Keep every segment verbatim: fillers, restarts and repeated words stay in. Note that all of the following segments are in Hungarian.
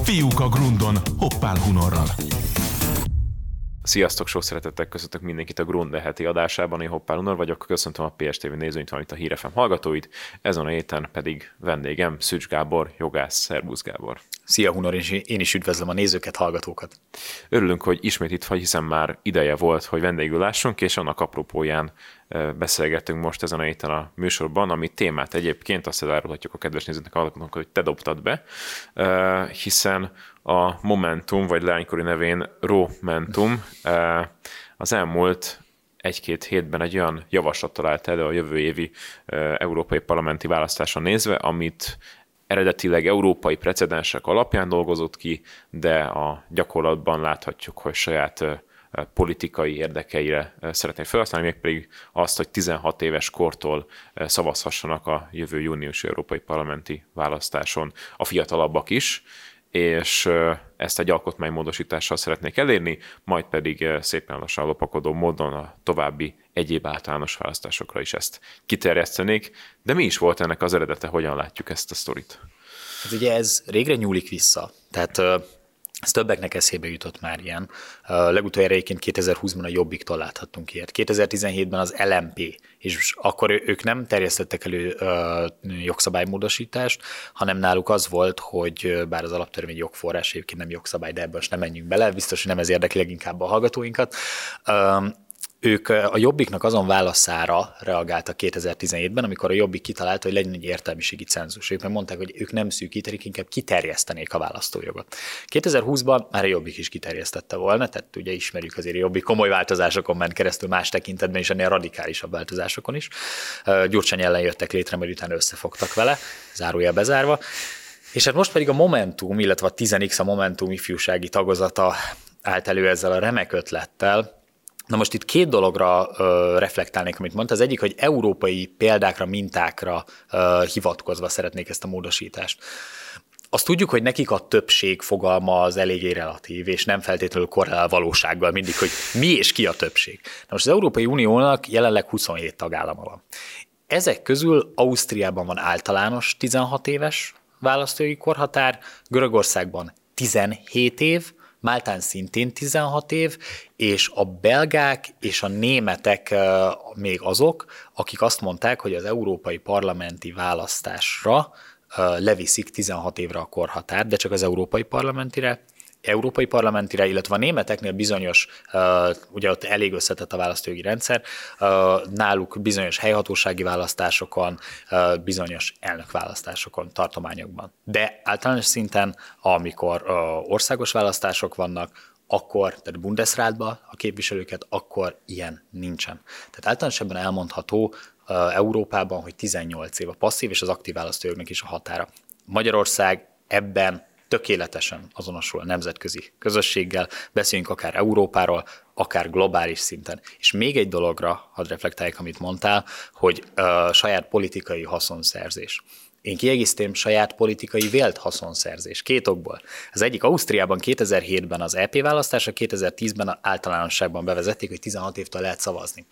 Fiúk a Grundon, Hoppál Hunorral. Sziasztok, sok szeretettel köszöntök mindenkit a Grund heti adásában. Én Hoppál Hunor vagyok, köszöntöm a pé es té vé nézőit, valamint a Hír ef em hallgatóit. Ezen a héten pedig vendégem Szücs Gábor, jogász. Szervusz Gábor! Szia Hunor, és én is üdvözlöm a nézőket, hallgatókat. Örülünk, hogy ismét itt vagy, hiszen már ideje volt, hogy vendégül lássunk, és annak apropóján beszélgettünk most ezen a héten a műsorban, ami témát egyébként azt elárulhatjuk a kedves nézőknek, hallgatóknak, hogy te dobtad be, hiszen a Momentum, vagy leánykori nevén Romentum az elmúlt egy-két hétben egy olyan javaslat talált elő a jövő évi európai parlamenti választáson nézve, amit eredetileg európai precedensek alapján dolgozott ki, de a gyakorlatban láthatjuk, hogy saját politikai érdekeire szeretné felhasználni, mégpedig azt, hogy tizenhat éves kortól szavazhassanak a jövő júniusi európai parlamenti választáson a fiatalabbak is, és ezt egy alkotmánymódosítással szeretnék elérni, majd pedig szépen lassan lopakodó módon a további egyéb általános választásokra is ezt kiterjesztenék. De mi is volt ennek az eredete, hogyan látjuk ezt a sztorit? Hát ugye ez régre nyúlik vissza, tehát ez többeknek eszébe jutott már ilyen. Legutoljára egyébként kétezer-húszban a Jobbiktól láthattunk ilyet. kétezer-tizenhétben az el em pé, és akkor ők nem terjesztettek elő jogszabálymódosítást, hanem náluk az volt, hogy bár az alaptörvény jogforrás, egyébként nem jogszabály, de ebben most nem menjünk bele, biztos, hogy nem ez érdekli leginkább a hallgatóinkat. Ők a Jobbiknak azon válaszára reagáltak kétezer-tizenhétben, amikor a Jobbik kitalálta, hogy legyen egy értelmiségi cenzus. Ők meg mondták, hogy ők nem szűkítenek, inkább kiterjesztenék a választójogot. kétezer-húszban már a Jobbik is kiterjesztette volna, tehát ugye ismerjük azért a Jobbik komoly változásokon ment keresztül más tekintetben, és ennél radikálisabb változásokon is. Gyurcsány ellen jöttek létre, mert utána összefogtak vele, zárójel bezárva. És hát most pedig a Momentum, illetve a tíz x a Momentum ifjúsági tagozata állt elő ezzel a remek ötlettel. Na most itt két dologra ö, reflektálnék, amit mondta. Az egyik, hogy európai példákra, mintákra ö, hivatkozva szeretnék ezt a módosítást. Azt tudjuk, hogy nekik a többség fogalma az eléggé relatív, és nem feltétlenül korrelál a valósággal mindig, hogy mi és ki a többség. Na most az Európai Uniónak jelenleg huszonhét tagállama van. Ezek közül Ausztriában van általános tizenhat éves választói korhatár, Görögországban tizenhét év, Máltán szintén tizenhat év, és a belgák és a németek még azok, akik azt mondták, hogy az európai parlamenti választásra leviszik tizenhat évre a korhatár, de csak az európai parlamentire, európai parlamentire, illetve a németeknél bizonyos, ugye ott elég összetett a választójogi rendszer, náluk bizonyos helyhatósági választásokon, bizonyos elnökválasztásokon, tartományokban. De általános szinten, amikor országos választások vannak, akkor, tehát Bundesrátban a képviselőket, akkor ilyen nincsen. Tehát általánosabban elmondható Európában, hogy tizennyolc év a passzív és az aktív választójognak is a határa. Magyarország ebben tökéletesen azonosul a nemzetközi közösséggel, beszéljünk akár Európáról, akár globális szinten. És még egy dologra, hadd reflektálják, amit mondtál, hogy uh, saját politikai haszonszerzés. Én kiegészítem saját politikai vélt haszonszerzés. Két okból. Az egyik Ausztriában kétezer-hétben az é pé választása, kétezer-tízben az általánosságban bevezették, hogy tizenhat évtől lehet szavazni.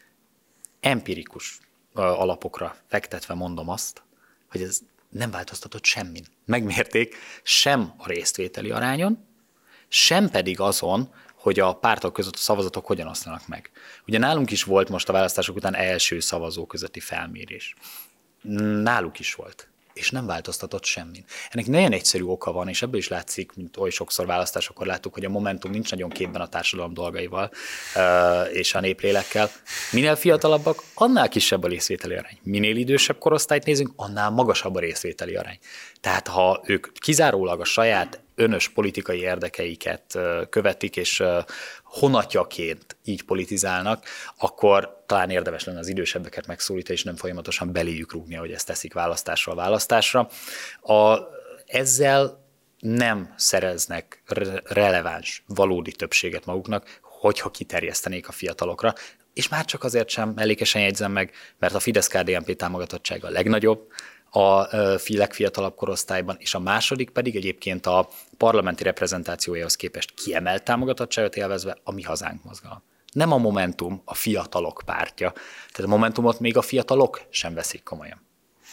Empirikus uh, alapokra fektetve mondom azt, hogy ez nem változtatott semmin. Megmérték sem a résztvételi arányon, sem pedig azon, hogy a pártok között a szavazatok hogyan oszlanak meg. Ugye nálunk is volt most a választások után első szavazó közötti felmérés. Náluk is volt. És nem változtatott semmin. Ennek nagyon egyszerű oka van, és ebből is látszik, mint oly sokszor választásokkor láttuk, hogy a Momentum nincs nagyon képben a társadalom dolgaival és a néplélekkel. Minél fiatalabbak, annál kisebb a részvételi arány. Minél idősebb korosztályt nézünk, annál magasabb a részvételi arány. Tehát ha ők kizárólag a saját önös politikai érdekeiket követik, és honatjaként így politizálnak, akkor talán érdemes lenne az idősebbeket megszólítani, és nem folyamatosan beléjük rúgni, hogy ezt teszik választásról választásra. A, ezzel nem szereznek re- releváns, valódi többséget maguknak, hogyha kiterjesztenék a fiatalokra, és már csak azért sem mellékesen jegyzem meg, mert a Fidesz-ká dé en pé támogatottsága a legnagyobb a legfiatalabb korosztályban, és a második pedig egyébként a parlamenti reprezentációjához képest kiemelt támogatottságot élvezve a Mi Hazánk mozgalom. Nem a Momentum, a fiatalok pártja. Tehát a Momentumot még a fiatalok sem veszik komolyan.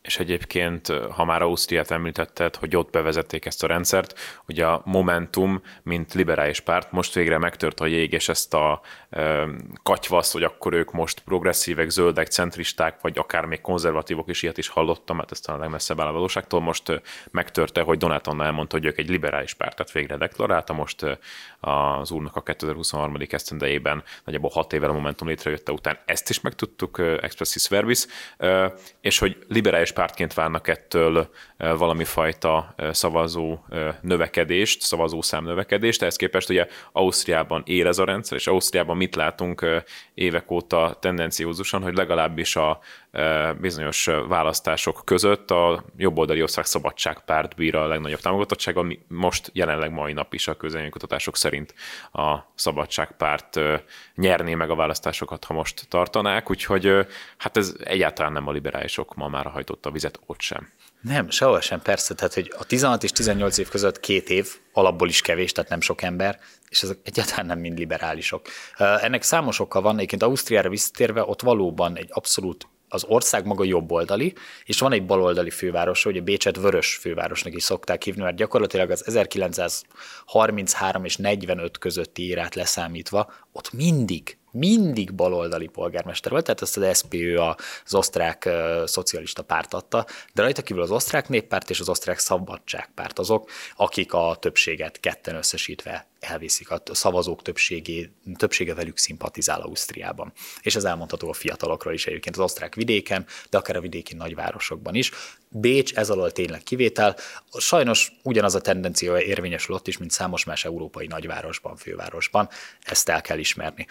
És egyébként, ha már Ausztriát említetted, hogy ott bevezették ezt a rendszert, ugye a Momentum, mint liberális párt, most végre megtört a jég, és ezt a e, katyvaszt, hogy akkor ők most progresszívek, zöldek, centristák, vagy akár még konzervatívok is, ilyet is hallottam, mert ez talán a legmesszebb áll a valóságtól, most megtörte, hogy Donát Anna elmondta, hogy ők egy liberális pártot végre deklarálta, most az úrnak a kétezer-huszonhárom. esztendejében, nagyjából hat évvel a Momentum létrejötte után ezt is megtudtuk, expressis verbis, és hogy liberális pártként várnak ettől valami fajta szavazó növekedést, szavazószám növekedést, ehhez képest ugye Ausztriában él ez a rendszer, és Ausztriában mit látunk évek óta tendenciózusan, hogy legalábbis a bizonyos választások között a jobboldali Osztrák Szabadságpárt bír a legnagyobb támogatottsággal, ami most jelenleg mai nap is a közvéleménykutatások szerint a Szabadságpárt nyerné meg a választásokat, ha most tartanák, úgyhogy hát ez egyáltalán nem a liberálisok ma már hajtotta a vizet ott sem. Nem, sehol sem, persze, tehát hogy a tizenhat és tizennyolc év között két év, alapból is kevés, tehát nem sok ember, és ezek egyáltalán nem mind liberálisok. Ennek számos oka van, egyébként Ausztriára visszatérve, ott valóban egy abszolút az ország maga jobboldali, és van egy baloldali fővárosa, ugye Bécset vörös fővárosnak is szokták hívni, mert gyakorlatilag az ezerkilencszázharminchárom és negyvenöt közötti érát leszámítva, ott mindig, mindig baloldali polgármester volt, tehát ezt az es pé ö az osztrák uh, szocialista párt adta, de rajta kívül az osztrák néppárt és az osztrák szabadságpárt azok, akik a többséget ketten összesítve elviszik, a szavazók többségé, többsége velük szimpatizál Ausztriában. És ez elmondható a fiatalokról is egyébként az osztrák vidéken, de akár a vidéki nagyvárosokban is. Bécs ez alól tényleg kivétel. Sajnos ugyanaz a tendencia érvényesül ott is, mint számos más európai nagyvárosban, fővárosban. Ezt el kell ismerni.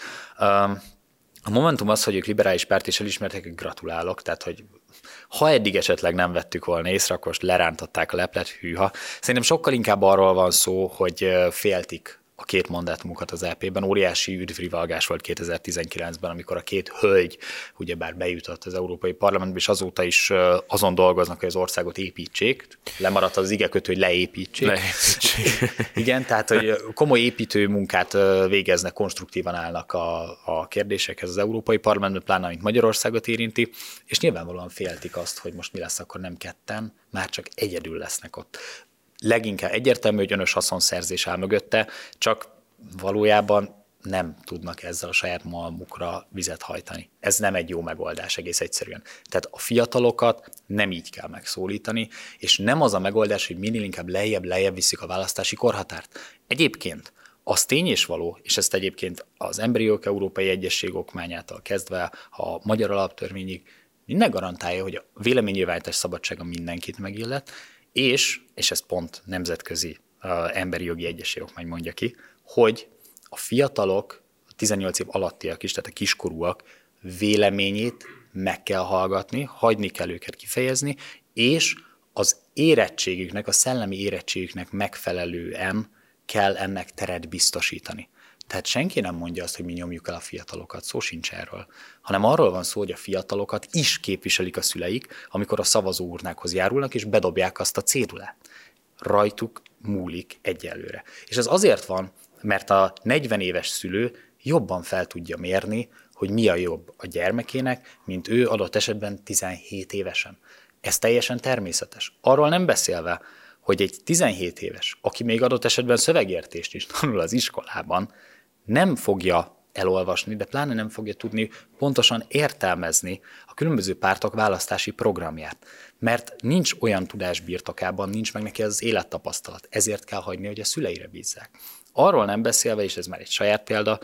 A Momentum az, hogy ők liberális párt és elismertek, gratulálok, tehát hogy ha eddig esetleg nem vettük volna észre, akkor most lerántották a leplet, hűha. Szerintem sokkal inkább arról van szó, hogy féltik a két mandátumukat az é pében. Óriási üdvrivalgás volt kétezer-tizenkilencben, amikor a két hölgy ugyebár bejutott az Európai Parlamentbe, és azóta is azon dolgoznak, hogy az országot építsék. Lemaradt az igekötő, hogy leépítsék. leépítsék. Igen, tehát hogy komoly építő munkát végeznek, konstruktívan állnak a, a kérdésekhez az Európai Parlamentben, pláne mint Magyarországot érinti, és nyilvánvalóan féltik azt, hogy most mi lesz, akkor nem ketten, már csak egyedül lesznek ott. Leginkább egyértelmű, hogy önös haszonszerzés áll mögötte, csak valójában nem tudnak ezzel a saját malmukra vizet hajtani. Ez nem egy jó megoldás egész egyszerűen. Tehát a fiatalokat nem így kell megszólítani, és nem az a megoldás, hogy minél inkább lejjebb-lejjebb viszik a választási korhatárt. Egyébként az tény és való, és ezt egyébként az Emberi Jogok Európai Egyesség okmányától kezdve a Magyar Alaptörvényig minden garantálja, hogy a véleménynyilvánítás szabadsága mindenkit megillet, és, és ez pont nemzetközi uh, emberi jogi egyesség okmány mondja ki, hogy a fiatalok, a tizennyolc év alattiak is, tehát a kiskorúak véleményét meg kell hallgatni, hagyni kell őket kifejezni, és az érettségüknek, a szellemi érettségüknek megfelelően kell ennek teret biztosítani. Tehát senki nem mondja azt, hogy mi nyomjuk el a fiatalokat, szó sincs erről, hanem arról van szó, hogy a fiatalokat is képviselik a szüleik, amikor a szavazóurnákhoz járulnak, és bedobják azt a cédulát. Rajtuk múlik egyelőre. És ez azért van, mert a negyven éves szülő jobban fel tudja mérni, hogy mi a jobb a gyermekének, mint ő adott esetben tizenhét évesen. Ez teljesen természetes. Arról nem beszélve, hogy egy tizenhét éves, aki még adott esetben szövegértést is tanul az iskolában, nem fogja elolvasni, de pláne nem fogja tudni pontosan értelmezni a különböző pártok választási programját. Mert nincs olyan tudás birtokában, nincs meg neki az élettapasztalat. Ezért kell hagyni, hogy a szüleire bízzák. Arról nem beszélve, és ez már egy saját példa,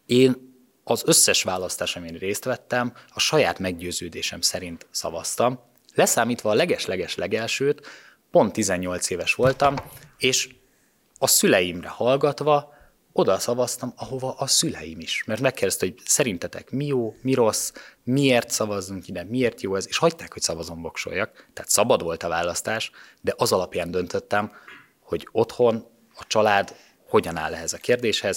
én az összes választás, amin részt vettem, a saját meggyőződésem szerint szavaztam, leszámítva a leges-leges legelsőt, pont tizennyolc éves voltam, és a szüleimre hallgatva oda szavaztam, ahova a szüleim is. Mert megkérdezte, hogy szerintetek mi jó, mi rossz, miért szavazzunk ide, miért jó ez, és hagyták, hogy szavazom voksoljak. Tehát szabad volt a választás, de az alapján döntöttem, hogy otthon a család hogyan áll ehhez a kérdéshez,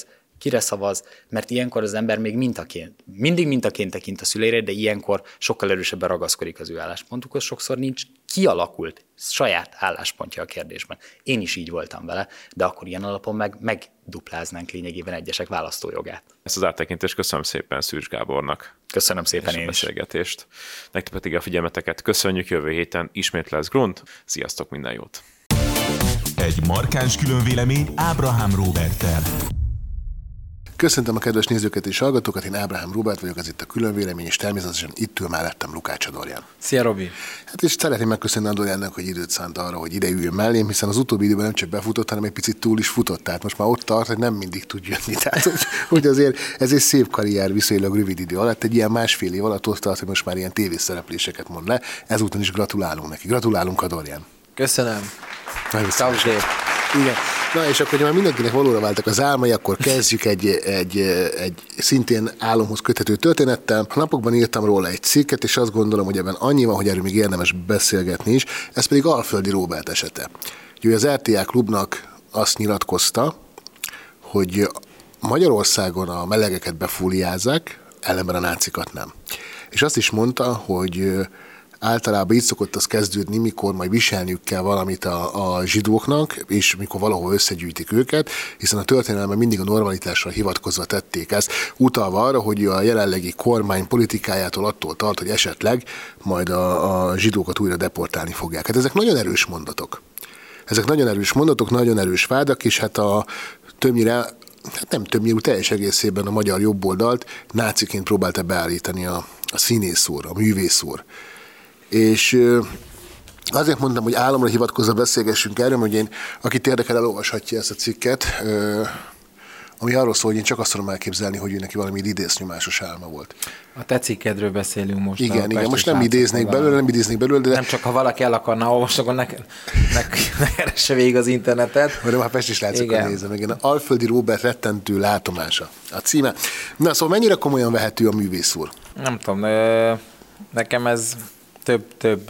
kire szavaz, mert ilyenkor az ember még mintaként, mindig mintaként tekint a szüleire, de ilyenkor sokkal erősebben ragaszkodik az ő álláspontukhoz, sokszor nincs kialakult saját álláspontja a kérdésben. Én is így voltam vele, de akkor ilyen alapon meg megdupláznánk lényegében egyesek választójogát. Ezt az áttekintést köszönöm szépen Szűcs Gábornak. Köszönöm szépen én is. Beszélgetést. Nektek pedig a figyelmeteket köszönjük, jövő héten ismét lesz Grund. Sziasztok, minden jót! Egy markáns különvélemény Ábrahám Róberttel. Köszöntöm a kedves nézőket és hallgatókat, én Ábrahám Róbert vagyok, ez itt a Különvélemény, és természetesen itt ül mellettem Lukács Adorján. Szia, Robi! Hát és szeretném megköszönni Adorjánnak, hogy időt szánt arra, hogy ide üljön mellém, hiszen az utóbbi időben nem csak befutott, hanem egy picit túl is futott, tehát most már ott tart, hogy nem mindig tud jönni. Tehát, hogy, hogy azért ez egy szép karrier viszonylag rövid idő alatt, egy ilyen másfél év alatt ott tart, hogy most már ilyen tévészerepléseket mond le. Ezúton is gratulálunk neki. Gratulálunk, Adorján! Köszönöm! Szép. Igen. Na és akkor, hogy már mindenkinek valóra váltak az álmai, akkor kezdjük egy, egy, egy szintén álomhoz köthető történettel. A napokban írtam róla egy cikket, és azt gondolom, hogy ebben annyi van, hogy erről még érdemes beszélgetni is. Ez pedig Alföldi Róbert esete. Ugye az er té á Klubnak azt nyilatkozta, hogy Magyarországon a melegeket befúliázzák, ellenben a nácikat nem. És azt is mondta, hogy általában így szokott az kezdődni, mikor majd viselniük kell valamit a, a zsidóknak, és mikor valahol összegyűjtik őket, hiszen a történelemben mindig a normalitásra hivatkozva tették ezt, utalva arra, hogy a jelenlegi kormány politikájától attól tart, hogy esetleg majd a, a zsidókat újra deportálni fogják. Hát ezek nagyon erős mondatok. Ezek nagyon erős mondatok, nagyon erős vádak, és hát a többnyire, hát nem többnyire, teljes egészében a magyar jobboldalt náciként próbálta beállítani a, a színész úr, a művész úr. És azért mondtam, hogy álomra hivatkozva beszélgessünk erről, hogy én, akit érdekel, elolvashatja ezt a cikket, ami arról szól, hogy én csak azt tudom elképzelni, hogy ő neki valami idéznyomásos álma volt. A te cikkedről beszélünk most. Igen, igen, most nem idéznék belőle, nem idéznék belőle, de... Nem csak, ha valaki el akarna olvasni, akkor ne, ne, ne keresse végig az internetet. Vagy már Pestis látszokkal nézem, igen. Alföldi Róbert rettentő látomása a címe. Na, szóval mennyire komolyan vehető a művész úr? Nem tudom, nekem ez több, több,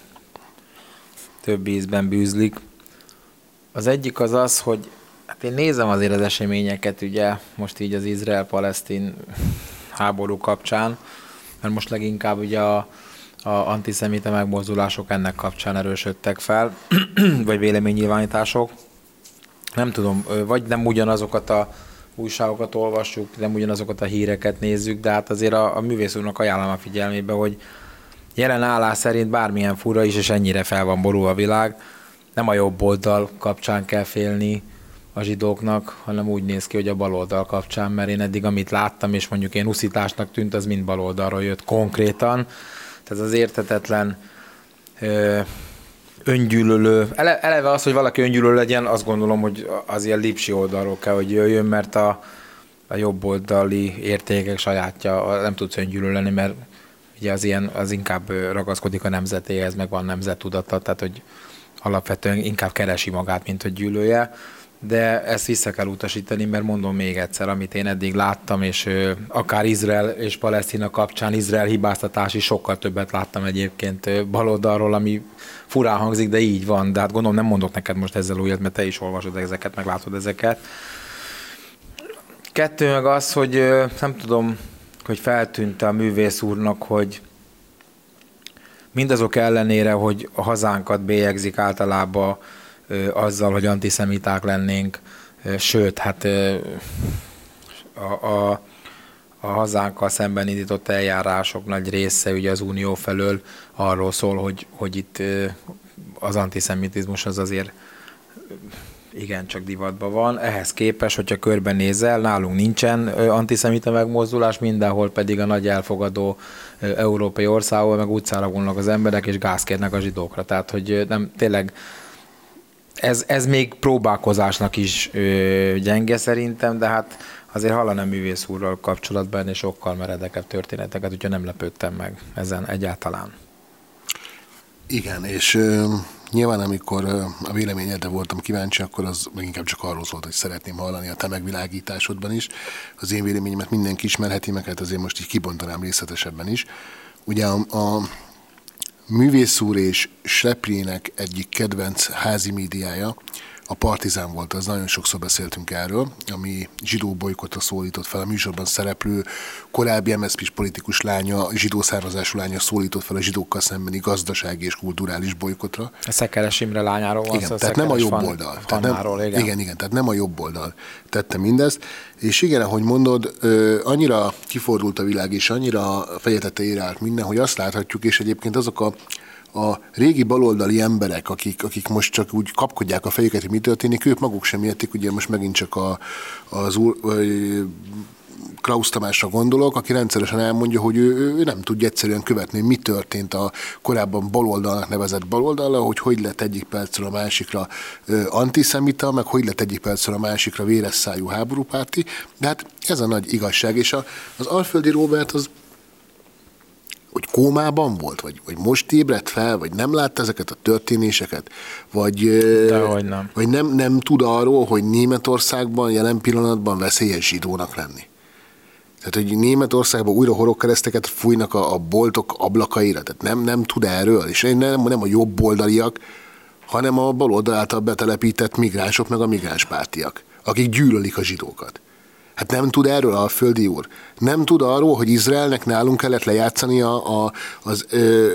több ízben bűzlik. Az egyik az az, hogy hát én nézem azért az eseményeket, ugye, most így az izrael-palesztin háború kapcsán, mert most leginkább ugye a, a antiszemita megmozdulások ennek kapcsán erősödtek fel, vagy véleménynyilvánítások. Nem tudom, vagy nem ugyanazokat a újságokat olvassuk, nem ugyanazokat a híreket nézzük, de hát azért a, a művész úrnak ajánlom a figyelmébe, hogy jelen állás szerint bármilyen fura is, és ennyire fel van borulva a világ, nem a jobb oldal kapcsán kell félni a zsidóknak, hanem úgy néz ki, hogy a bal oldal kapcsán, mert én eddig, amit láttam, és mondjuk én uszításnak tűnt, az mind bal oldalról jött konkrétan. Tehát az érthetetlen ö, öngyűlölő, ele, eleve az, hogy valaki öngyűlölő legyen, azt gondolom, hogy az ilyen lipsi oldalról kell, hogy jöjjön, mert a, a jobb oldali értékek sajátja nem tudsz öngyűlölő lenni, mert ugye az, ilyen, az inkább ragaszkodik a nemzetéhez, meg van nemzettudata, tehát hogy alapvetően inkább keresi magát, mint hogy gyűlölje, de ezt vissza kell utasítani, mert mondom még egyszer, amit én eddig láttam, és ö, akár Izrael és Palesztina kapcsán Izrael hibáztatás is sokkal többet láttam egyébként baloldalról, ami furán hangzik, de így van, de hát gondolom nem mondok neked most ezzel újat, mert te is olvasod ezeket, meg látod ezeket. Kettő meg az, hogy ö, nem tudom, hogy feltűnt a művész úrnak, hogy mindazok ellenére, hogy a hazánkat bélyegzik általában ö, azzal, hogy antiszemiták lennénk, ö, sőt, hát ö, a, a, a hazánkkal szemben indított eljárások nagy része ugye az Unió felől arról szól, hogy, hogy itt ö, az antiszemitizmus az azért igen, csak divatban van. Ehhez képest, hogyha körbenézel, nálunk nincsen antiszemita megmozdulás, mindenhol pedig a nagy elfogadó európai országok meg utcára vonulnak az emberek, és gáz kérnek a zsidókra. Tehát, hogy nem, tényleg ez, ez még próbálkozásnak is ö, gyenge szerintem, de hát azért hallanám művész úrral kapcsolatban és sokkal meredekebb történeteket, úgyhogy nem lepődtem meg ezen egyáltalán. Igen, és ö, nyilván amikor ö, a véleményedre voltam kíváncsi, akkor az meg inkább csak arról szólt, hogy szeretném hallani a te megvilágításodban is. Az én véleményemet mindenki ismerheti, meg hát azért most így kibontanám részletesebben is. Ugye a, a művész úr és Sreprének egyik kedvenc házi médiája, a Partizán volt, az nagyon sokszor beszéltünk erről, ami zsidó bolykottra szólított fel, a műsorban szereplő korábbi em es zé pés politikus lánya, zsidó származású lánya szólított fel a zsidókkal szembeni gazdasági és kulturális bolykottra. A Szekeres Imre lányáról van igen, szó. Tehát nem a jobb fan, oldal. Tehát nem, igen. igen, igen, tehát nem a jobb oldal tette mindezt. És igen, ahogy mondod, annyira kifordult a világ, és annyira feje tetejére állt minden, hogy azt láthatjuk, és egyébként azok a a régi baloldali emberek, akik, akik most csak úgy kapkodják a fejüket, hogy mi történik, ők maguk sem értik, ugye most megint csak a, az úr, Krausz Tamásra gondolok, aki rendszeresen elmondja, hogy ő, ő nem tudja egyszerűen követni, mi történt a korábban baloldalnak nevezett baloldallal, hogy hogy lett egyik percről a másikra ö, antiszemita, meg hogy lett egyik percről a másikra véres szájú háborúpárti, de hát ez a nagy igazság, és a, az Alföldi Róbert az hogy kómában volt, vagy, vagy most ébredt fel, vagy nem látta ezeket a történéseket, vagy, nem. vagy nem, nem tud arról, hogy Németországban jelen pillanatban veszélyes zsidónak lenni. Tehát, hogy Németországban újra horogkereszteket fújnak a, a boltok ablakaira, tehát nem, nem tud erről, és nem, nem a jobb oldaliak, hanem a baloldal által betelepített migránsok, meg a migránspártiak, akik gyűlölik a zsidókat. Hát nem tud erről a Földi úr. Nem tud arról, hogy Izraelnek nálunk kellett lejátszani a, a, az ö,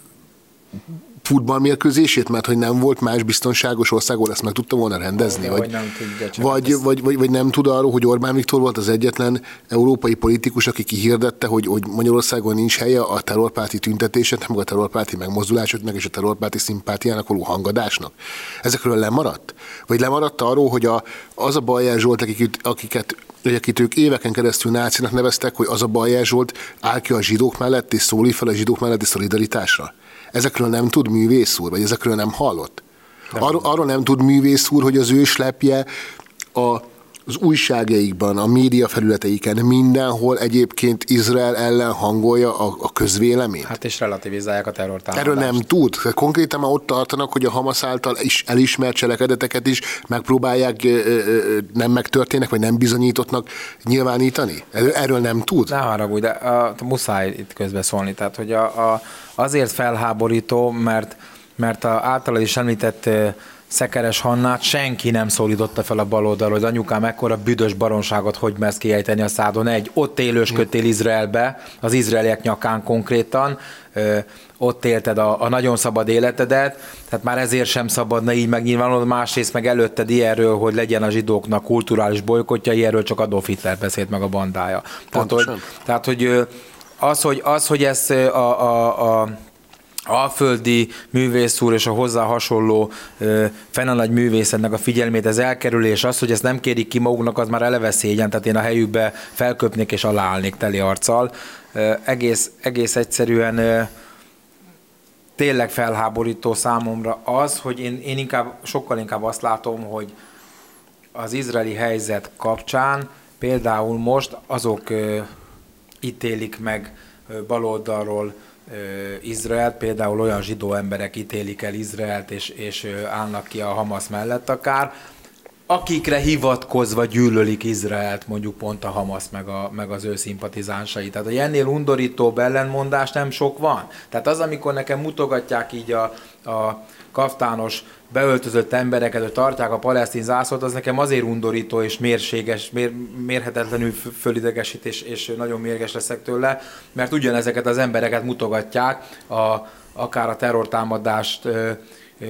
futballmérkőzését, mert hogy nem volt más biztonságos ország, ahol ezt meg tudta volna rendezni. De, vagy, nem tudja, vagy, vagy, vagy, vagy nem tud arról, hogy Orbán Viktor volt az egyetlen európai politikus, aki kihirdette, hogy, hogy Magyarországon nincs helye a terrorpárti tüntetésnek, meg a terrorpárti megmozdulásoknak és a terrorpárti szimpátiának való hangadásnak. Ezekről lemaradt? Vagy lemaradt arról, hogy a, az a Bajer Zsolt, akiket, akiket akit ők éveken keresztül nácinak neveztek, hogy az a Bajer Zsolt áll ki a zsidók mellett és szólít fel a zsidók melletti szolidaritásra. Ezekről nem tud művész úr, vagy ezekről nem hallott. Arról, arról nem tud művész úr, hogy az ő slepje a, az újságjaikban, a média felületeiken mindenhol egyébként Izrael ellen hangolja a, a közvéleményt. Hát és relativizálják a terrortámadást. Erről nem tud. Konkrétan már ott tartanak, hogy a Hamasz által is elismert cselekedeteket is megpróbálják nem megtörténnek, vagy nem bizonyítottnak nyilvánítani. Erről nem tud. Ne haragudj, de a, a muszáj itt közbeszólni. Tehát, hogy a, a, azért felháborító, mert, mert a általad is említett Szekeres Hannát senki nem szólította fel a baloldalról, hogy anyukám ekkora büdös baronságot hogy mersz kiejteni a szádon. Egy, ott élősködtél Izraelbe, az izraeliek nyakán konkrétan, ö, ott élted a, a nagyon szabad életedet, tehát már ezért sem szabadna így megnyilvánulni, másrészt meg előtted ilyenről, hogy legyen a zsidóknak kulturális bolykotja, ilyenről csak Adolf Hitler beszélt meg a bandája. Tehát, hogy, tehát, hogy az, hogy, az, hogy ez a, a, a alföldi művész úr és a hozzá hasonló fene nagy művészetnek a figyelmét ez elkerül, és az, hogy ezt nem kérik ki maguknak, az már eleve szégyen, tehát én a helyükbe felköpnék és aláállnék teli arccal. Egész, egész egyszerűen tényleg felháborító számomra az, hogy én, én inkább, sokkal inkább azt látom, hogy az izraeli helyzet kapcsán például most azok ítélik meg baloldalról Izraelt, például olyan zsidó emberek ítélik el Izraelt, és, és állnak ki a Hamasz mellett akár, akikre hivatkozva gyűlölik Izraelt, mondjuk pont a Hamasz meg, a, meg az ő szimpatizánsai. Tehát, hogy ennél undorítóbb ellenmondás nem sok van. Tehát az, amikor nekem mutogatják így a, a kaftános beöltözött embereket, hogy tartják a palesztin zászlót, az nekem azért undorító és mérséges, mér, mérhetetlenül fölidegesít, és, és nagyon mérges leszek tőle, mert ugyanezeket az embereket mutogatják, a, akár a terrortámadást ö, ö,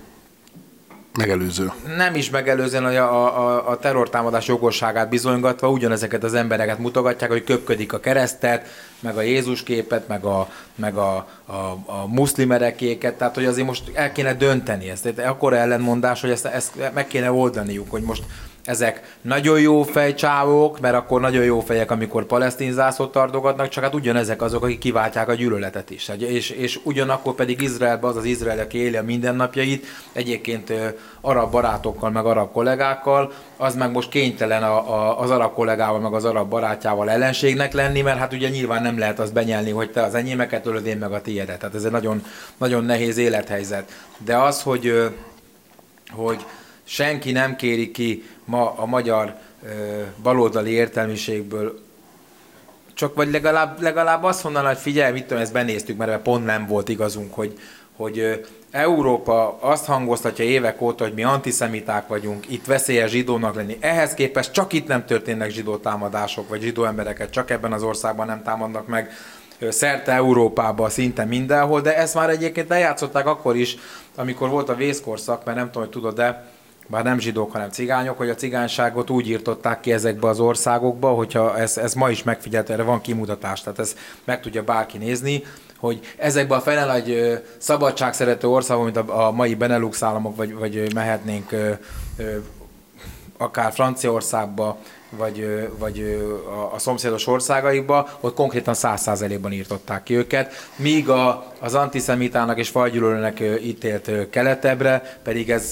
megelőző. Nem is megelőzően, hogy a, a, a terrortámadás jogosságát bizonygatva ugyanezeket az embereket mutogatják, hogy köpködik a keresztet, meg a Jézus képet, meg a, meg a, a, a muszlimerekéket, tehát hogy azért most el kéne dönteni ezt. Akkora ellenmondás, hogy ezt, ezt meg kéne oldaniuk, hogy most ezek nagyon jó fejcsávók, mert akkor nagyon jó fejek, amikor palesztin zászlót tartogatnak, csak hát ugyanezek azok, akik kiváltják a gyűlöletet is. És, és ugyanakkor pedig Izraelben az az Izrael, aki éli a mindennapjait, egyébként arab barátokkal, meg arab kollégákkal, az meg most kénytelen a, a, az arab kollégával, meg az arab barátjával ellenségnek lenni, mert hát ugye nyilván nem lehet azt benyelni, hogy te az enyémeket ölöd, én meg a tiédet. Tehát ez egy nagyon, nagyon nehéz élethelyzet. De az, hogy, hogy senki nem kéri ki ma a magyar ö, baloldali értelmiségből, csak vagy legalább, legalább azt mondaná, hogy figyelj, mit tudom, ezt benéztük, mert pont nem volt igazunk, hogy, hogy Európa azt hangoztatja évek óta, hogy mi antiszemiták vagyunk, itt veszélyes zsidónak lenni. Ehhez képest csak itt nem történnek zsidó támadások, vagy zsidó embereket, csak ebben az országban nem támadnak meg szerte Európában, szinte mindenhol, de ezt már egyébként lejátszották akkor is, amikor volt a vészkorszak, mert nem tudom, hogy tudod, de bár nem zsidók, hanem cigányok, hogy a cigányságot úgy írtották ki ezekbe az országokba, hogyha ez, ez ma is megfigyelt, erre van kimutatás, tehát ezt meg tudja bárki nézni, hogy ezekben a fele nagy szabadságszerető országok, mint a, a mai Benelux államok, vagy, vagy mehetnénk ö, ö, akár Franciaországba, vagy, vagy a, a szomszédos országaikba, ott konkrétan száz százalékban írtották ki őket, míg a, az antiszemitának és fajgyűlölőnek ítélt keletebbre pedig ez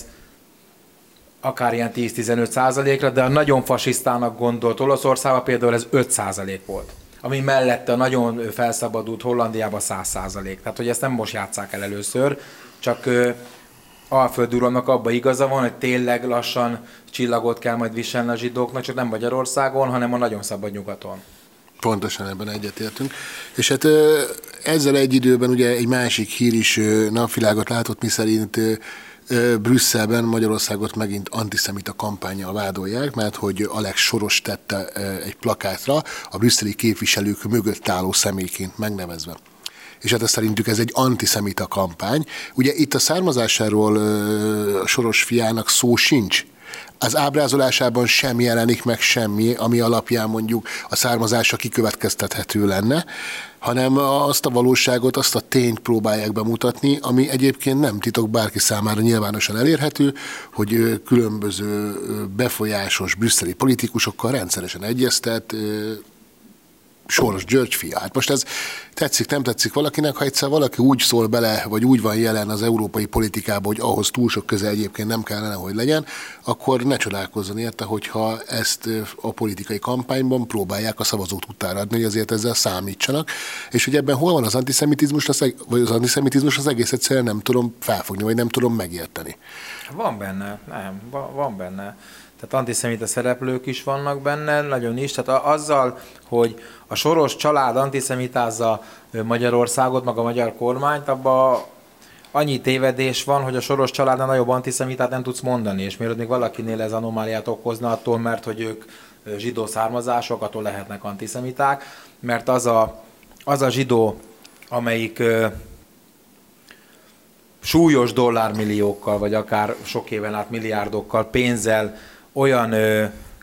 akár ilyen tíz-tizenöt százalékra, de a nagyon fasisztának gondolt Olaszországban például ez öt százalék volt, ami mellette a nagyon felszabadult Hollandiában száz százalék. Tehát, hogy ezt nem most játsszák el először, csak Alföld uramnak abban igaza van, hogy tényleg lassan csillagot kell majd viselni a zsidóknak, csak nem Magyarországon, hanem a nagyon szabad nyugaton. Pontosan ebben egyetértünk. És hát ezzel egy időben ugye egy másik hír is napvilágot látott, miszerint Brüsszelben Magyarországot megint antiszemita kampánnyal vádolják, mert hogy Alex Soros tette egy plakátra a brüsszeli képviselők mögött álló személyként megnevezve. És hát szerintük ez egy antiszemita kampány. Ugye itt a származásáról a Soros fiának szó sincs. Az ábrázolásában sem jelenik meg semmi, ami alapján mondjuk a származása kikövetkeztethető lenne, hanem azt a valóságot, azt a tényt próbálják bemutatni, ami egyébként nem titok, bárki számára nyilvánosan elérhető, hogy különböző befolyásos brüsszeli politikusokkal rendszeresen egyeztet Soros György fia. Hát most ez tetszik, nem tetszik valakinek, ha egyszer valaki úgy szól bele, vagy úgy van jelen az európai politikában, hogy ahhoz túl sok köze egyébként nem kellene, hogy legyen, akkor ne csodálkozzon érte, hogyha ezt a politikai kampányban próbálják a szavazók tudtára adni, hogy azért ezzel számítsanak, és hogy ebben hol van az antiszemitizmus, vagy az antiszemitizmus, az egész egyszerűen nem tudom felfogni, vagy nem tudom megérteni. Van benne, nem, van benne. Tehát antiszemita szereplők is vannak benne, nagyon is. Tehát azzal, hogy a Soros család antiszemitázza Magyarországot, meg a magyar kormányt, abban annyi tévedés van, hogy a Soros családnál nagyobb antiszemitát nem tudsz mondani, és mielőtt még valakinél ez anomáliát okozna attól, mert hogy ők zsidó származások, attól lehetnek antiszemiták, mert az a, az a zsidó, amelyik súlyos dollármilliókkal, vagy akár sok éven át milliárdokkal, pénzzel olyan ö,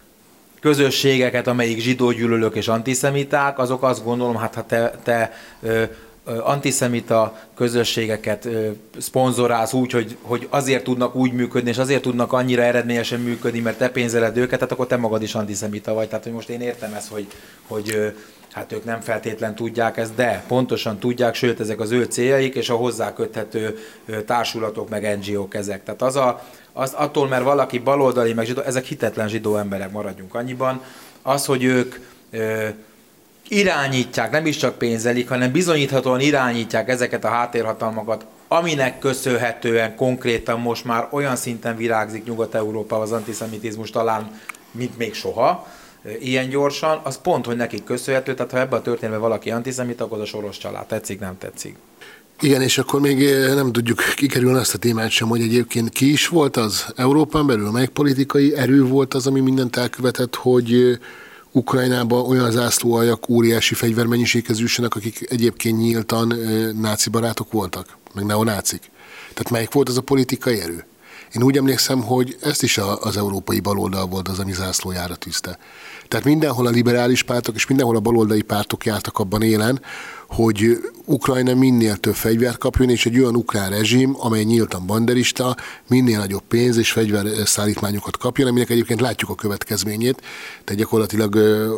közösségeket, amelyik zsidógyűlölők és antiszemiták, azok azt gondolom, hát ha te, te ö, ö, antiszemita közösségeket ö, szponzorálsz úgy, hogy, hogy azért tudnak úgy működni, és azért tudnak annyira eredményesen működni, mert te pénzeled őket, tehát akkor te magad is antiszemita vagy. Tehát, hogy most én értem ezt, hogy, hogy ö, hát ők nem feltétlen tudják ezt, de pontosan tudják, sőt, ezek az ő céljaik, és a hozzá köthető társulatok, meg en gé ók ezek. Tehát az a, az attól, mert valaki baloldali, meg zsidó, ezek hitetlen zsidó emberek, maradjunk annyiban, az, hogy ők ö, irányítják, nem is csak pénzelik, hanem bizonyíthatóan irányítják ezeket a háttérhatalmakat, aminek köszönhetően konkrétan most már olyan szinten virágzik Nyugat-Európában az antiszemitizmus talán, mint még soha, ilyen gyorsan, az pont, hogy nekik köszönhető, tehát ha ebben a történetben valaki antiszemita, akkor az a Soros család. Tetszik, nem tetszik. Igen, és akkor még nem tudjuk kikerülni azt a témát sem, hogy egyébként ki is volt az Európán belül, melyik politikai erő volt az, ami mindent elkövetett, hogy Ukrajnában olyan zászlóaljak óriási fegyvermennyiséghez jussanak, akik egyébként nyíltan náci barátok voltak, meg neonácik. Tehát melyik volt az a politikai erő? Én úgy emlékszem, hogy ezt is az európai baloldal volt az, ami zászlójára tűzte. Tehát mindenhol a liberális pártok és mindenhol a baloldali pártok jártak abban élen, hogy Ukrajna minél több fegyvert kapjon, és egy olyan ukrán rezsim, amely nyíltan banderista, minél nagyobb pénz és fegyverszállítmányokat kapjon, aminek egyébként látjuk a következményét. Tehát gyakorlatilag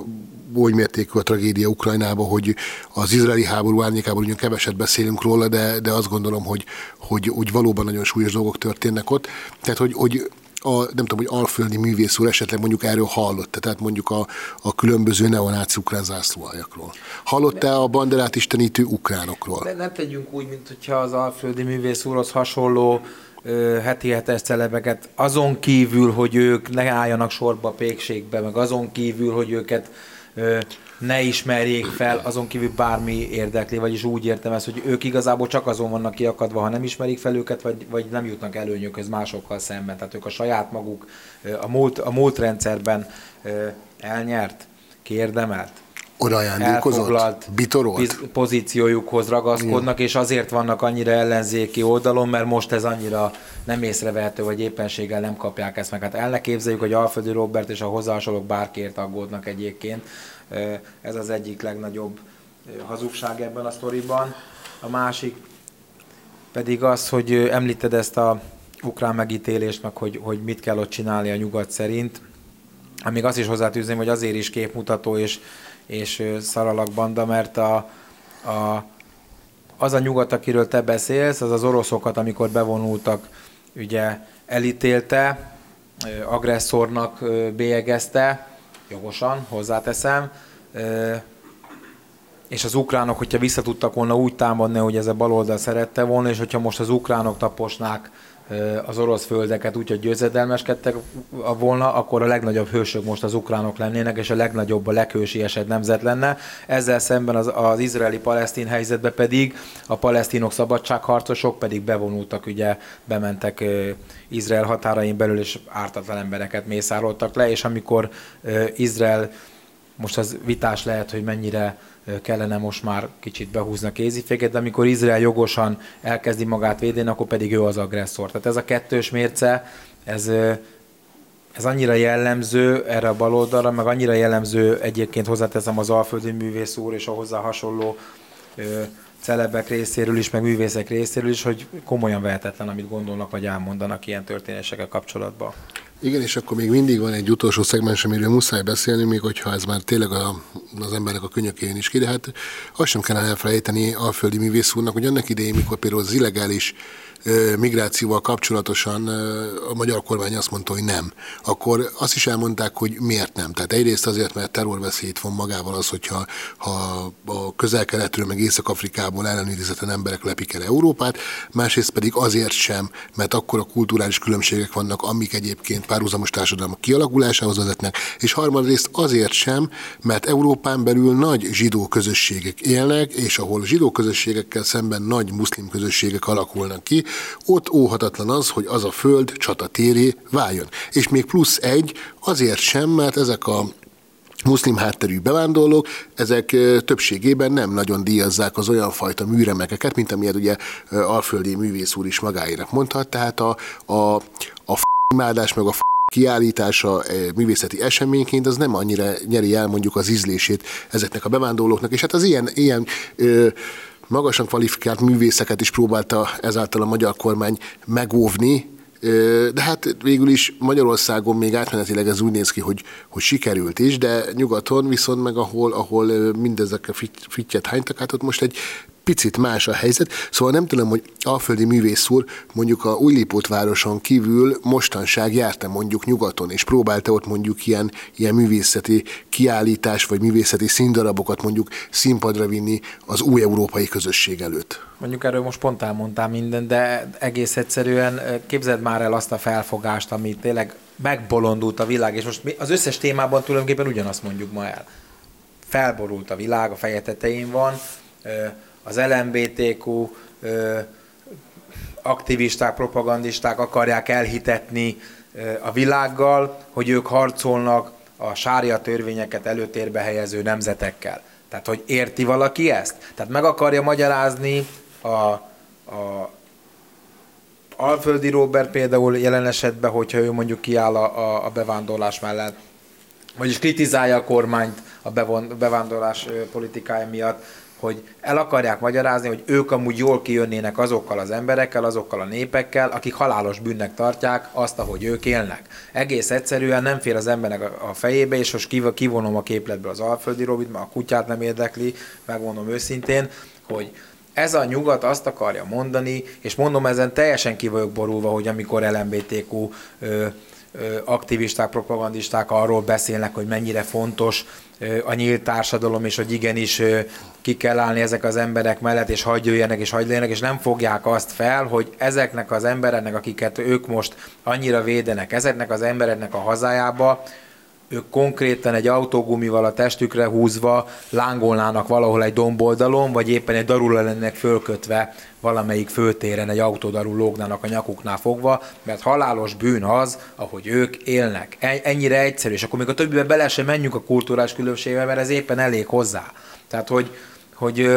oly mértékű a tragédia Ukrajnában, hogy az izraeli háború árnyékában ugyan keveset beszélünk róla, de, de azt gondolom, hogy, hogy, hogy valóban nagyon súlyos dolgok történnek ott. Tehát, hogy, hogy a, nem tudom, hogy alföldi művész úr esetleg mondjuk erről hallott, tehát mondjuk a, a különböző neonáci ukrán zászlóaljakról. Hallott-e a banderát istenítő ukránokról? De ne tegyünk úgy, mint hogyha az alföldi művész úrhoz hasonló ö, heti hetes celebeket, azon kívül, hogy ők ne álljanak sorba a pékségbe, meg azon kívül, hogy őket ne ismerjék fel, azon kívül bármi érdekli, vagyis úgy értem ezt, hogy ők igazából csak azon vannak kiakadva, ha nem ismerik fel őket, vagy, vagy nem jutnak előnyökhöz másokkal szemben. Tehát ők a saját maguk a múlt, a múlt rendszerben elnyert, kiérdemelt, elfoglalt bitorolt pozíciójukhoz ragaszkodnak, és azért vannak annyira ellenzéki oldalon, mert most ez annyira nem észrevehető, vagy éppenséggel nem kapják ezt meg. Hát el ne képzeljük, hogy Alföldi Róbert és a hozzáhasonlók bárkiért aggódnak egyébként. Ez az egyik legnagyobb hazugság ebben a sztoriban. A másik pedig az, hogy említed ezt a ukrán megítélést, meg hogy, hogy mit kell ott csinálni a nyugat szerint. Még azt is hozzátűzném, hogy azért is képmutató és, és szaralakbanda, mert a, a, az a nyugat, akiről te beszélsz, az az oroszokat, amikor bevonultak, ugye elítélte, agresszornak bélyegezte, jogosan, hozzáteszem, és az ukránok, hogyha vissza tudtak volna úgy támadni, hogy ez a baloldal szerette volna, és hogyha most az ukránok taposnák az orosz földeket úgy, hogy győzedelmeskedtek volna, akkor a legnagyobb hősök most az ukránok lennének, és a legnagyobb, a leghősiesebb nemzet lenne. Ezzel szemben az, az izraeli-palesztin helyzetben pedig a palesztinok szabadságharcosok pedig bevonultak, ugye bementek Izrael határain belül, és ártatlan embereket mészároltak le, és amikor Izrael, most az vitás lehet, hogy mennyire kellene most már kicsit behúzni a kéziféket, de amikor Izrael jogosan elkezdi magát védeni, akkor pedig ő az agresszor. Tehát ez a kettős mérce, ez, ez annyira jellemző erre a baloldalra, meg annyira jellemző egyébként hozzáteszem az Alföldi művész úr és a hozzá hasonló ö, celebek részéről is, meg művészek részéről is, hogy komolyan vehetetlen, amit gondolnak, vagy elmondanak ilyen történésekkel kapcsolatban. Igen, és akkor még mindig van egy utolsó szegmens, amiről muszáj beszélni, még hogyha ez már tényleg a, az embernek a könyökén is ki, de hát azt sem kellene elfelejteni Alföldi művész úrnak, hogy annak idején, mikor például az illegális migrációval kapcsolatosan a magyar kormány azt mondta, hogy nem, akkor azt is elmondták, hogy miért nem. Tehát egyrészt azért, mert terrorveszélyt von magával az, hogyha ha a közel-keletről, meg Észak-Afrikából ellenőrizetlen emberek lepik el Európát, másrészt pedig azért sem, mert akkor a kulturális különbségek vannak, amik egyébként párhuzamos társadalmak kialakulásához vezetnek, és harmadrészt azért sem, mert Európán belül nagy zsidó közösségek élnek, és ahol zsidó közösségekkel szemben nagy muszlim közösségek alakulnak ki, ott óhatatlan az, hogy az a föld csatatéré váljon. És még plusz egy, azért sem, mert ezek a muszlim hátterű bevándorlók, ezek többségében nem nagyon díjazzák az olyan fajta műremekeket, mint amilyet ugye Alföldi művész úr is magáénak mondhat, tehát a, a, a f***imádás meg a f*** kiállítása művészeti eseményként az nem annyira nyeri el mondjuk az ízlését ezeknek a bevándorlóknak, és hát az ilyen, ilyen ö, magasan kvalifikált művészeket is próbálta ezáltal a magyar kormány megóvni, de hát végül is Magyarországon még átmenetileg ez úgy néz ki, hogy, hogy sikerült is, de nyugaton viszont meg ahol, ahol mindezek a fittyet hánytak, hát ott most egy picit más a helyzet. Szóval nem tudom, hogy Alföldi művész úr mondjuk a Újlipótvároson kívül mostanság járta mondjuk nyugaton, és próbálta ott mondjuk ilyen, ilyen művészeti kiállítás, vagy művészeti színdarabokat mondjuk színpadra vinni az új európai közösség előtt. Mondjuk erről most pont elmondtál mindent, de egész egyszerűen képzeld már el azt a felfogást, ami tényleg megbolondult a világ, és most az összes témában tulajdonképpen ugyanazt mondjuk ma el. Felborult a világ, a feje tetején van, az el em bé té kú aktivisták, propagandisták akarják elhitetni a világgal, hogy ők harcolnak a sária törvényeket előtérbe helyező nemzetekkel. Tehát, hogy érti valaki ezt? Tehát meg akarja magyarázni a, a Alföldi Róbert például jelen esetben, hogyha ő mondjuk kiáll a, a bevándorlás mellett, vagyis kritizálja a kormányt a bevon, bevándorlás politikája miatt, hogy el akarják magyarázni, hogy ők amúgy jól kijönnének azokkal az emberekkel, azokkal a népekkel, akik halálos bűnnek tartják azt, ahogy ők élnek. Egész egyszerűen nem fér az embernek a fejébe, és most kivonom a képletből az Alföldi Robit, mert a kutyát nem érdekli, megmondom őszintén, hogy ez a nyugat azt akarja mondani, és mondom, ezen teljesen ki vagyok borulva, hogy amikor el em bé té kú ö, ö, aktivisták, propagandisták arról beszélnek, hogy mennyire fontos ö, a nyílt társadalom, és hogy igenis ö, ki kell állni ezek az emberek mellett, és hagyj jöjjenek, és hagyj legyenek, és nem fogják azt fel, hogy ezeknek az embereknek, akiket ők most annyira védenek, ezeknek az embereknek a hazájába ők konkrétan egy autógumival a testükre húzva lángolnának valahol egy domboldalon, vagy éppen egy darula lennének fölkötve valamelyik főtéren, egy autódarul lógnának a nyakuknál fogva, mert halálos bűn az, ahogy ők élnek. Ennyire egyszerű, és akkor még a többibe bele sem menjünk a kulturális különbségbe, mert ez éppen elég hozzá. Tehát, hogy, hogy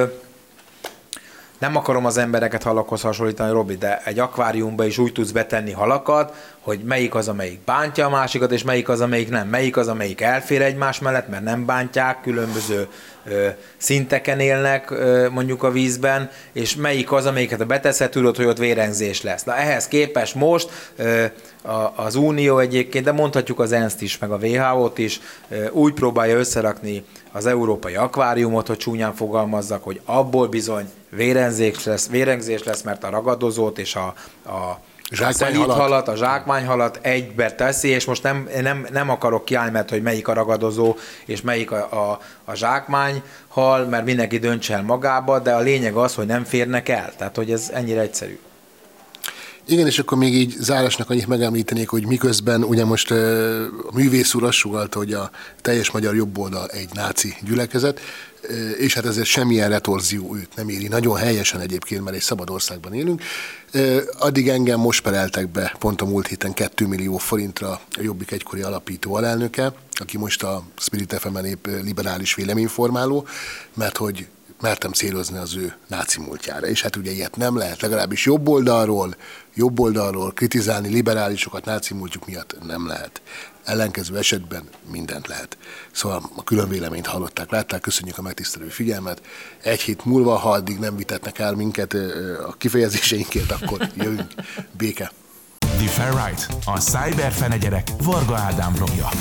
nem akarom az embereket halakhoz hasonlítani, Robi, de egy akváriumba is úgy tudsz betenni halakat, hogy melyik az, amelyik bántja a másikat, és melyik az, amelyik nem. Melyik az, amelyik elfér egymás mellett, mert nem bántják, különböző ö, szinteken élnek ö, mondjuk a vízben, és melyik az, amelyiket a beteszed, tudod, hogy ott vérengzés lesz. Na ehhez képest most ö, a, az Unió egyébként, de mondhatjuk az ENSZ-t is, meg a vé há ó-t is, ö, úgy próbálja összerakni az európai akváriumot, hogy csúnyán fogalmazzak, hogy abból bizony vérengzés lesz, vérengzés lesz, mert a ragadozót és a, a szelídhalat, a zsákmányhalat egybe teszi, és most nem, nem, nem akarok kiállni, mert hogy melyik a ragadozó, és melyik a, a, a zsákmányhal, mert mindenki döntse el magába, de a lényeg az, hogy nem férnek el. Tehát, hogy ez ennyire egyszerű. Igen, és akkor még így zárásnak annyit megemlítenék, hogy miközben ugye most a művész úr azt sugallta, hogy a teljes magyar jobboldal egy náci gyülekezet, és hát ezért semmilyen retorzió őt nem éri. Nagyon helyesen egyébként, mert egy szabad országban élünk. Addig engem most pereltek be pont a múlt héten két millió forintra a Jobbik egykori alapító alelnöke, aki most a Spirit ef em-en épp liberális véleményformáló, mert hogy mertem célozni az ő náci múltjára. És hát ugye ilyet nem lehet, legalábbis jobb oldalról, jobb oldalról kritizálni liberálisokat náci múltjuk miatt nem lehet. Ellenkező esetben mindent lehet. Szóval a külön véleményt hallották, látták, köszönjük a megtisztelő figyelmet. Egy hét múlva, ha addig nem vitetnek el minket a kifejezéseinkért, akkor jövünk. Béke! The Fair Right, a cyberfenegyerek Varga Ádám blogja.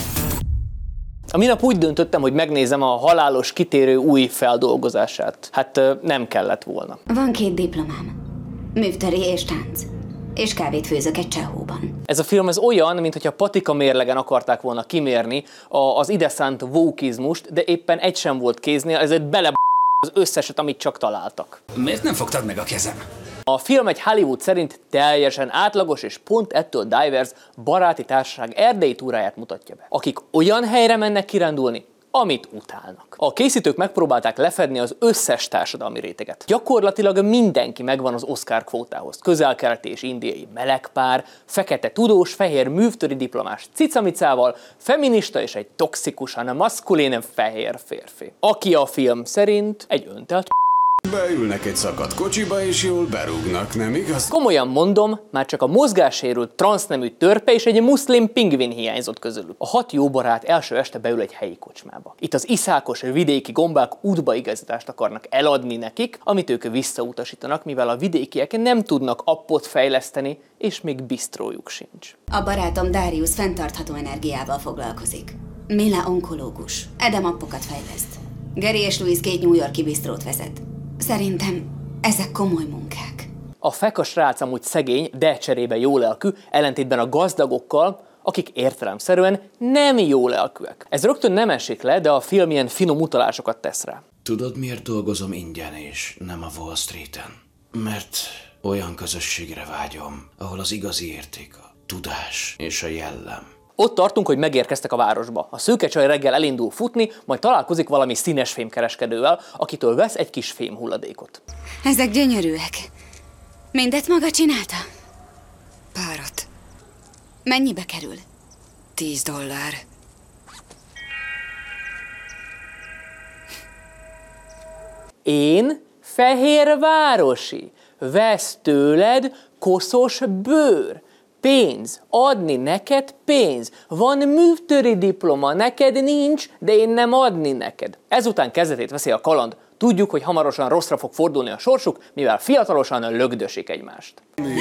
A minap úgy döntöttem, hogy megnézem a halálos kitérő új feldolgozását. Hát nem kellett volna. Van két diplomám. Művteri és tánc. És kávét főzök egy csehóban. Ez a film ez olyan, mintha patika mérlegen akarták volna kimérni az ide szánt wokeizmust, de éppen egy sem volt kéznél, ezért bele az összeset, amit csak találtak. Miért nem fogtad meg a kezem? A film egy Hollywood szerint teljesen átlagos és pont ettől divers baráti társaság erdei túráját mutatja be, akik olyan helyre mennek kirándulni, amit utálnak. A készítők megpróbálták lefedni az összes társadalmi réteget. Gyakorlatilag mindenki megvan az Oscar kvótához. Közel-keleti és indiai melegpár, fekete tudós, fehér művtöri diplomás cicamicával, feminista és egy toxikusan maszkulin fehér férfi. Aki a film szerint egy öntelt Beülnek egy szakadt kocsiba, és jól berúgnak, nem igaz? Komolyan mondom, már csak a mozgássérült transznemű törpe és egy muszlim pingvin hiányzott közülük. A hat jó barát első este beül egy helyi kocsmába. Itt az iszákos vidéki gombák útbaigazítást akarnak eladni nekik, amit ők visszautasítanak, mivel a vidékiek nem tudnak appot fejleszteni, és még bistrójuk sincs. A barátom Darius fenntartható energiával foglalkozik. Mila onkológus. Edem appokat fejleszt. Gary és Louis két New York-i bistrót vezet. Szerintem ezek komoly munkák. A feka srác amúgy szegény, de cserébe jólelkű, ellentétben a gazdagokkal, akik értelemszerűen nem jólelkűek. Ez rögtön nem esik le, de a film ilyen finom utalásokat tesz rá. Tudod, miért dolgozom ingyen és nem a Wall Streeten? Mert olyan közösségre vágyom, ahol az igazi érték a tudás és a jellem. Ott tartunk, hogy megérkeztek a városba. A szőke csaj reggel elindul futni, majd találkozik valami színes fémkereskedővel, akitől vesz egy kis fémhulladékot. Ezek gyönyörűek. Mindet maga csinálta? Párat. Mennyibe kerül? Tíz dollár. Én fehérvárosi. Vesz tőled koszos bőr. Pénz. Adni neked pénz. Van művtöri diploma, neked nincs, de én nem adni neked. Ezután kezdetét veszi a kaland. Tudjuk, hogy hamarosan rosszra fog fordulni a sorsuk, mivel fiatalosan lögdösik egymást.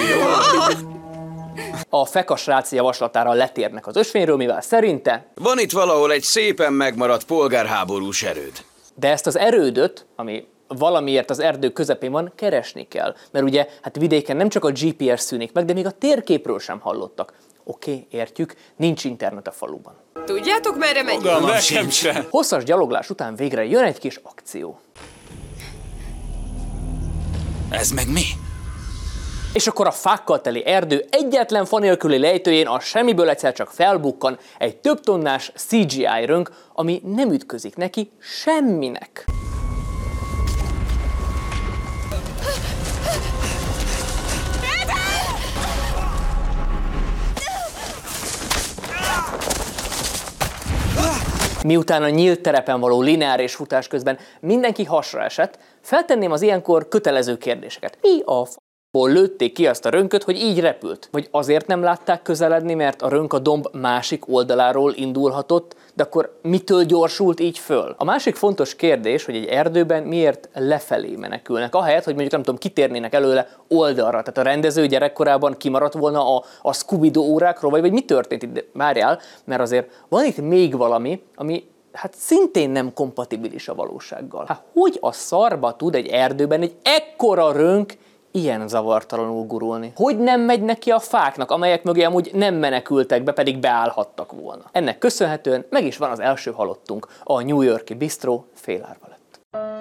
A feka srác javaslatára letérnek az ösvényről, mivel szerinte van itt valahol egy szépen megmaradt polgárháborús erőd. De ezt az erődöt, ami valamiért az erdő közepén van, keresni kell. Mert ugye, hát vidéken nem csak a gé pé es szűnik meg, de még a térképről sem hallottak. Oké, okay, értjük, nincs internet a faluban. Tudjátok, merre megyünk? Fogalmam sincs. Hosszas gyaloglás után végre jön egy kis akció. Ez meg mi? És akkor a fákkal teli erdő egyetlen fa nélküli lejtőjén a semmiből egyszer csak felbukkan egy több tonnás cé gé í rönk, ami nem ütközik neki semminek. Miután a nyílt terepen való lineáris futás közben mindenki hasra esett, feltenném az ilyenkor kötelező kérdéseket. Mi a f***ból lőtték ki azt a rönköt, hogy így repült? Vagy azért nem látták közeledni, mert a rönk a domb másik oldaláról indulhatott, de akkor mitől gyorsult így föl? A másik fontos kérdés, hogy egy erdőben miért lefelé menekülnek, ahelyett, hogy mondjuk nem tudom, kitérnének előle oldalra. Tehát a rendező gyerekkorában kimaradt volna a, a Scooby-Doo órákról, vagy, vagy mi történt itt? Várjál, mert azért van itt még valami, ami hát szintén nem kompatibilis a valósággal. Hát hogy a szarba tud egy erdőben egy ekkora rönk ilyen zavartalanul gurulni? Hogy nem megy neki a fáknak, amelyek mögé amúgy nem menekültek be, pedig beállhattak volna? Ennek köszönhetően meg is van az első halottunk, a New York-i bistró fél árva lett.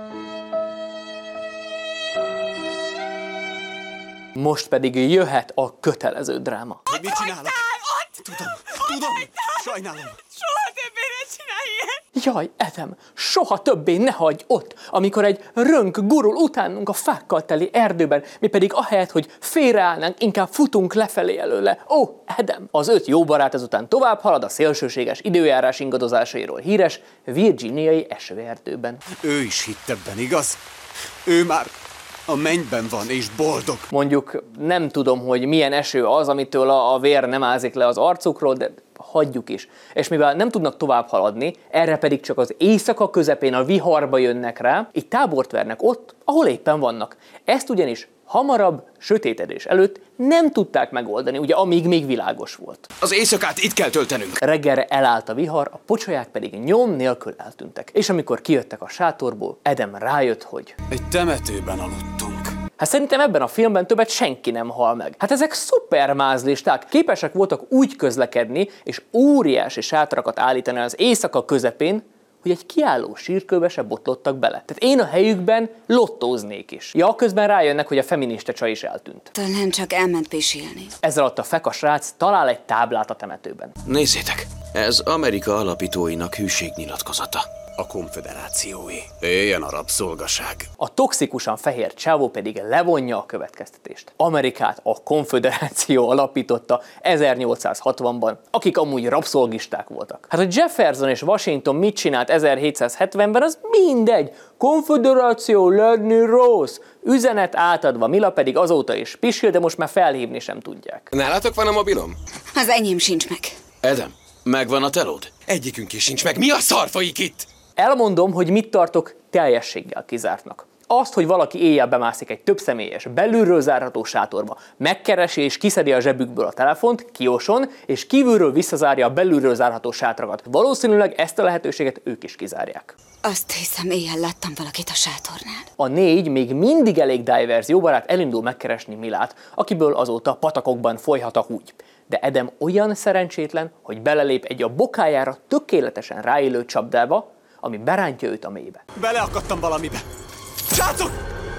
Most pedig jöhet a kötelező dráma. Hogy mit csinálok? Tudom, tudom, sajnálom. Soha többé ne csinálj ilyet! Jaj, Adam, soha többé ne hagyj ott, amikor egy rönk gurul utánunk a fákkal teli erdőben, mi pedig ahelyett, hogy félreállnánk, inkább futunk lefelé előle. Ó, Adam! Az öt jó barát ezután tovább halad a szélsőséges időjárás ingadozásairól híres virginiai esőerdőben. Ő is hitt ebben, igaz? Ő már a mennyben van és boldog. Mondjuk nem tudom, hogy milyen eső az, amitől a vér nem ázik le az arcukról, de hagyjuk is. És mivel nem tudnak tovább haladni, erre pedig csak az éjszaka közepén a viharba jönnek rá, így tábort vernek ott, ahol éppen vannak. Ezt ugyanis hamarabb, sötétedés előtt nem tudták megoldani, ugye amíg még világos volt. Az éjszakát itt kell töltenünk. Reggelre elállt a vihar, a pocsolyák pedig nyom nélkül eltűntek. És amikor kijöttek a sátorból, Adam rájött, hogy egy temetőben aludtunk. Hát szerintem ebben a filmben többet senki nem hal meg. Hát ezek szuper mázlisták, képesek voltak úgy közlekedni, és óriási sátrakat állítani az éjszaka közepén, hogy egy kiálló sírkőbe se botlottak bele. Tehát én a helyükben lottóznék is. Ja, közben rájönnek, hogy a feminista csaj is eltűnt. Talán csak elment pisilni. Ezzel alatt a feka srác talál egy táblát a temetőben. Nézzétek, ez Amerika alapítóinak hűségnyilatkozata. A konfederációé. Éljen a rabszolgaság. A toxikusan fehér csávó pedig levonja a következtetést. Amerikát a konfederáció alapította ezernyolcszázhatvanban, akik amúgy rabszolgisták voltak. Hát, hogy Jefferson és Washington mit csinált ezerhétszázhetvenben, az mindegy. Konfederáció lenni rossz. Üzenet átadva, Mila pedig azóta is pisil, de most már felhívni sem tudják. Nálatok van a mobilom? Az enyém sincs meg. Adam, megvan a telód? Egyikünk is sincs meg. Mi a szar folyik itt? Elmondom, hogy mit tartok teljességgel kizártnak. Azt, hogy valaki éjjel bemászik egy többszemélyes, belülről zárható sátorba, megkeresi és kiszedi a zsebükből a telefont, kioson, és kívülről visszazárja a belülről zárható sátrakat. Valószínűleg ezt a lehetőséget ők is kizárják. Azt hiszem, éjjel láttam valakit a sátornál. A négy még mindig elég divers jó barát elindul megkeresni Milát, akiből azóta patakokban folyhat a húgy. De Adam olyan szerencsétlen, hogy belelép egy a bokájára tökéletesen ráillő csapdába, ami berántja őt a mélybe. Beleakadtam valamibe. Srácok!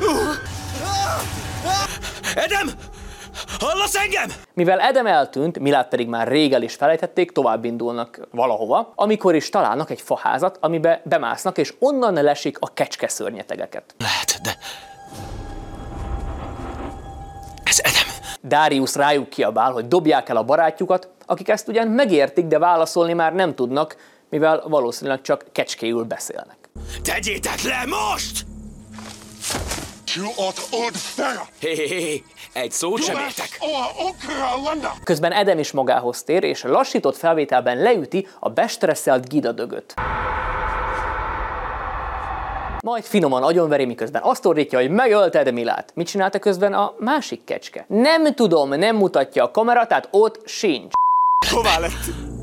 Adam! Hallasz engem? Mivel Adam eltűnt, Milát pedig már rég el is felejtették, tovább indulnak valahova, amikor is találnak egy faházat, amibe bemásznak, és onnan lesik a kecske szörnyetegeket. Lehet, de... Ez Adam. Darius rájuk kiabál, hogy dobják el a barátjukat, akik ezt ugyan megértik, de válaszolni már nem tudnak, mivel valószínűleg csak kecskéül beszélnek. Tegyétek le most! Hé, hé, hé, egy szót sem értek. Közben Adam is magához tér, és lassított felvételben leüti a bestresszelt gidadögöt. Majd finoman agyonveri, miközben azt ordítja, hogy megölted Milát. Mit csinálta közben a másik kecske? Nem tudom, nem mutatja a kamera, tehát ott sincs. Hová lett?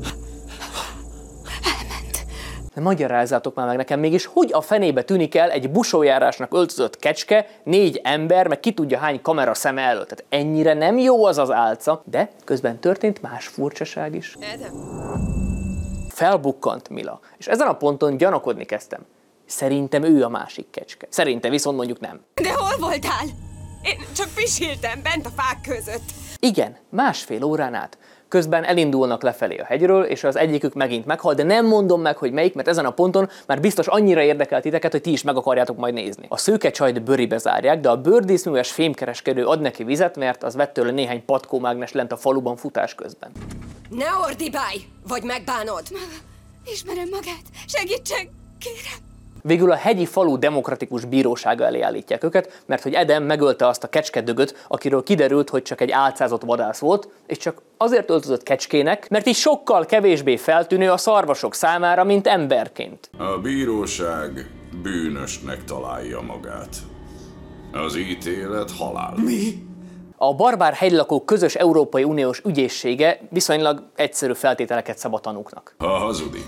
De magyarázzátok már meg nekem mégis, hogy a fenébe tűnik el egy busójárásnak öltözött kecske, négy ember, meg ki tudja hány kamera szeme előtt. Tehát ennyire nem jó az az álca, de közben történt más furcsaság is. Felbukkant Mila, és ezen a ponton gyanakodni kezdtem. Szerintem ő a másik kecske. Szerintem viszont mondjuk nem. De hol voltál? Én csak pisiltem bent a fák között. Igen, másfél órán át. Közben elindulnak lefelé a hegyről, és az egyikük megint meghal, de nem mondom meg, hogy melyik, mert ezen a ponton már biztos annyira érdekel titeket, hogy ti is meg akarjátok majd nézni. A szőke csajt bőribe zárják, de a bőrdíszműves fémkereskedő ad neki vizet, mert az vett tőle néhány patkómágnes lent a faluban futás közben. Ne ordibálj, vagy megbánod! Ismerem magát, segítsek, kérem. Végül a hegyi falu demokratikus bírósága elé állítják őket, mert hogy Edem megölte azt a kecskedögöt, akiről kiderült, hogy csak egy álcázott vadász volt, és csak azért öltözött kecskének, mert így sokkal kevésbé feltűnő a szarvasok számára, mint emberként. A bíróság bűnösnek találja magát. Az ítélet halál. Mi? A barbár hegylakók közös Európai Uniós ügyészsége viszonylag egyszerű feltételeket szab a tanúknak. Ha hazudik,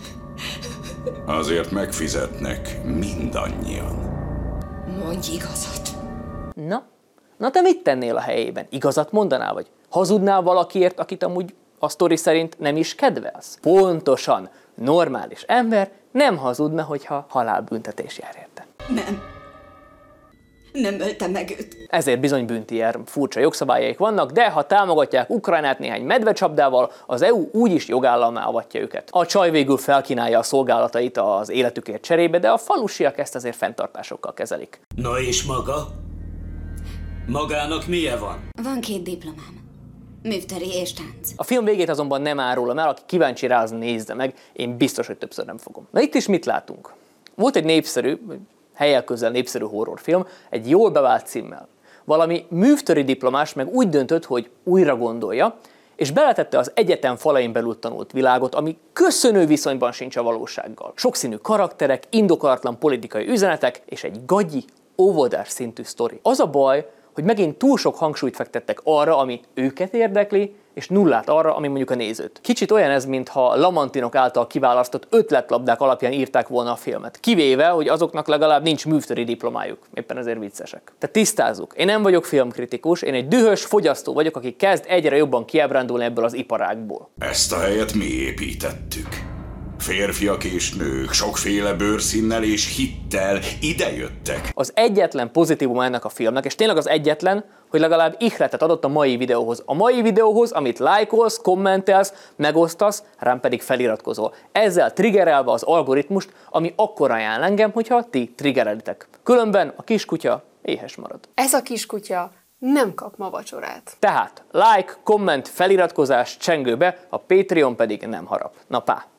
azért megfizetnek mindannyian. Mondj igazat. Na, na te mit tennél a helyében? Igazat mondanál, vagy hazudnál valakiért, akit amúgy a sztori szerint nem is kedvelsz? Pontosan, normális ember nem hazudna, hogyha halálbüntetés jár érte. Nem. Nem öltem meg őt. Ezért bizony büntier furcsa jogszabályaik vannak, de ha támogatják Ukrajnát néhány medvecsapdával, az é u úgyis jogállammá avatja őket. A csaj végül felkínálja a szolgálatait az életükért cserébe, de a falusiak ezt azért fenntartásokkal kezelik. Na és maga? Magának milyen van? Van két diplomám. Művtöri és tánc. A film végét azonban nem árulom el, aki kíváncsi rá, az nézze meg, én biztos, hogy többször nem fogom. Na itt is mit látunk? Volt egy népszerű, helyel közel népszerű horrorfilm, egy jól bevált címmel. Valami művtöri diplomás meg úgy döntött, hogy újra gondolja, és beletette az egyetem falain belül tanult világot, ami köszönő viszonyban sincs a valósággal. Sokszínű karakterek, indokolatlan politikai üzenetek és egy gagyi, óvodás szintű sztori. Az a baj, hogy megint túl sok hangsúlyt fektettek arra, ami őket érdekli, és nullát arra, ami mondjuk a nézőt. Kicsit olyan ez, mintha Lamantinok által kiválasztott ötletlabdák alapján írták volna a filmet. Kivéve, hogy azoknak legalább nincs művtöri diplomájuk. Éppen ezért viccesek. Tehát tisztázzuk. Én nem vagyok filmkritikus, én egy dühös fogyasztó vagyok, aki kezd egyre jobban kiábrándulni ebből az iparágból. Ezt a helyet mi építettük. Férfiak és nők, sokféle bőrszínnel és hittel idejöttek. Az egyetlen pozitívum ennek a filmnek, és tényleg az egyetlen, hogy legalább ihletet adott a mai videóhoz. A mai videóhoz, amit lájkolsz, kommentelsz, megosztasz, rám pedig feliratkozol. Ezzel triggerelve az algoritmust, ami akkor ajánl engem, hogyha ti triggerelitek. Különben a kiskutya éhes marad. Ez a kiskutya nem kap ma vacsorát. Tehát like, komment, feliratkozás csengőbe, a Patreon pedig nem harap. Na pá!